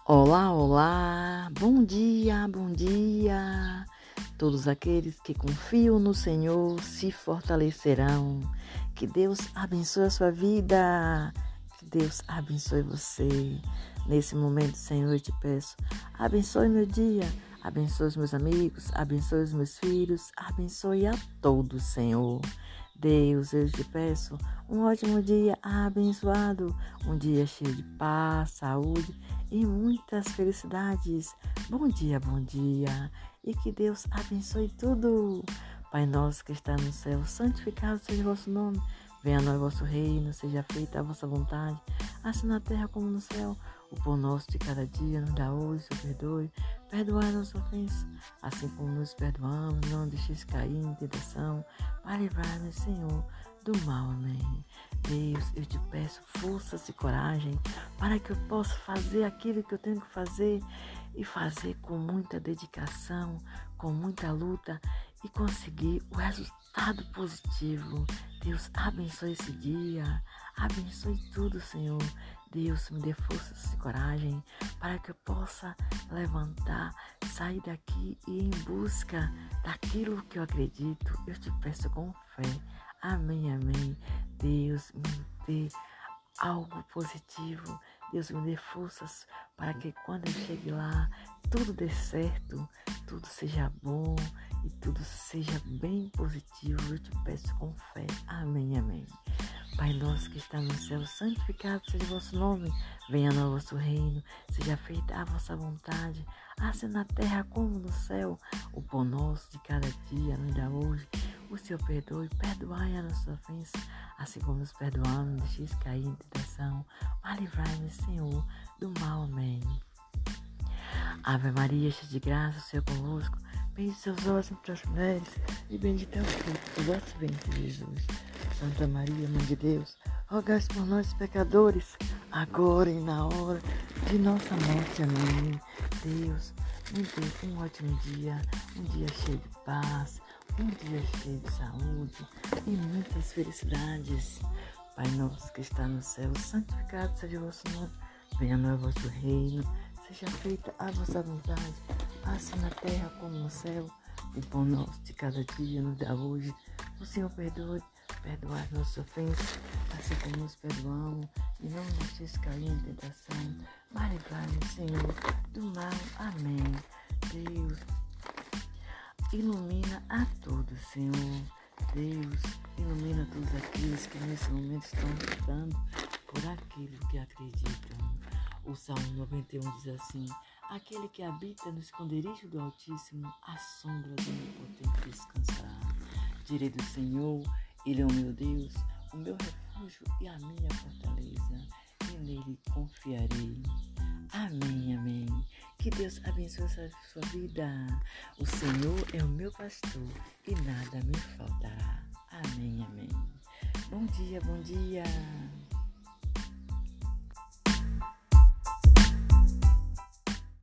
Olá, olá, bom dia. Todos aqueles que confiam no Senhor se fortalecerão. Que Deus abençoe a sua vida, que Deus abençoe você. Nesse momento, Senhor, eu te peço, abençoe meu dia, abençoe os meus amigos, abençoe os meus filhos, abençoe a todos, Senhor. Deus, eu te peço um ótimo dia abençoado, um dia cheio de paz, saúde e muitas felicidades. Bom dia, e que Deus abençoe tudo. Pai nosso que está no céu, santificado seja o vosso nome. Venha a nós o vosso reino, seja feita a vossa vontade, assim na terra como no céu. O pão nosso de cada dia nos dá hoje, perdoai nossas ofensas, assim como nos perdoamos, não deixeis cair em tentação, para livrar-nos, Senhor, do mal. Amém. Deus, eu te peço forças e coragem para que eu possa fazer aquilo que eu tenho que fazer e fazer com muita dedicação, com muita luta e conseguir o resultado positivo. Deus, abençoe esse dia, abençoe tudo, Senhor. Deus, me dê forças e coragem para que eu possa levantar, sair daqui e ir em busca daquilo que eu acredito. Eu te peço com fé. Amém, amém. Deus, me dê algo positivo. Deus, me dê forças para que quando eu chegue lá, tudo dê certo, tudo seja bom e tudo seja bem positivo. Eu te peço com fé. Amém, amém. Pai nosso que está no céu, santificado seja o vosso nome. Venha no vosso reino, seja feita a vossa vontade, assim na terra como no céu. O pão nosso de cada dia nos dá hoje. O Senhor perdoai a nossa ofensa, assim como nos perdoamos, não deixeis cair em tentação, mas livrai-nos, Senhor, do mal. Amém. Ave Maria, cheia de graça, o Senhor é convosco. Bendita sois vós entre as mulheres, e bendito é o fruto do vosso ventre, Jesus. Santa Maria, Mãe de Deus, rogai por nós pecadores, agora e na hora de nossa morte. Amém. Deus, me dê um ótimo dia, um dia cheio de paz, um dia cheio de saúde e muitas felicidades. Pai nosso que está no céu, santificado seja o vosso nome. Venha a nós o vosso reino, seja feita a vossa vontade, assim na terra como no céu. O pão nosso de cada dia nos dá hoje. O Senhor perdoai nossas ofensas, assim como nos perdoamos, e não nos deixeis cair em tentação, mas livrai-nos, Senhor, do mal. Amém. Deus, ilumina a todos, Senhor. Deus, ilumina todos aqueles que nesse momento estão lutando por aquilo que acreditam. O Salmo 91 diz assim: aquele que habita no esconderijo do Altíssimo, à sombra do Onipotente descansará. Direi do Senhor, Ele é o meu Deus, o meu refúgio e a minha fortaleza, e nele confiarei. Amém, amém. Que Deus abençoe a sua vida. O Senhor é o meu pastor e nada me faltará. Amém, amém. Bom dia, bom dia.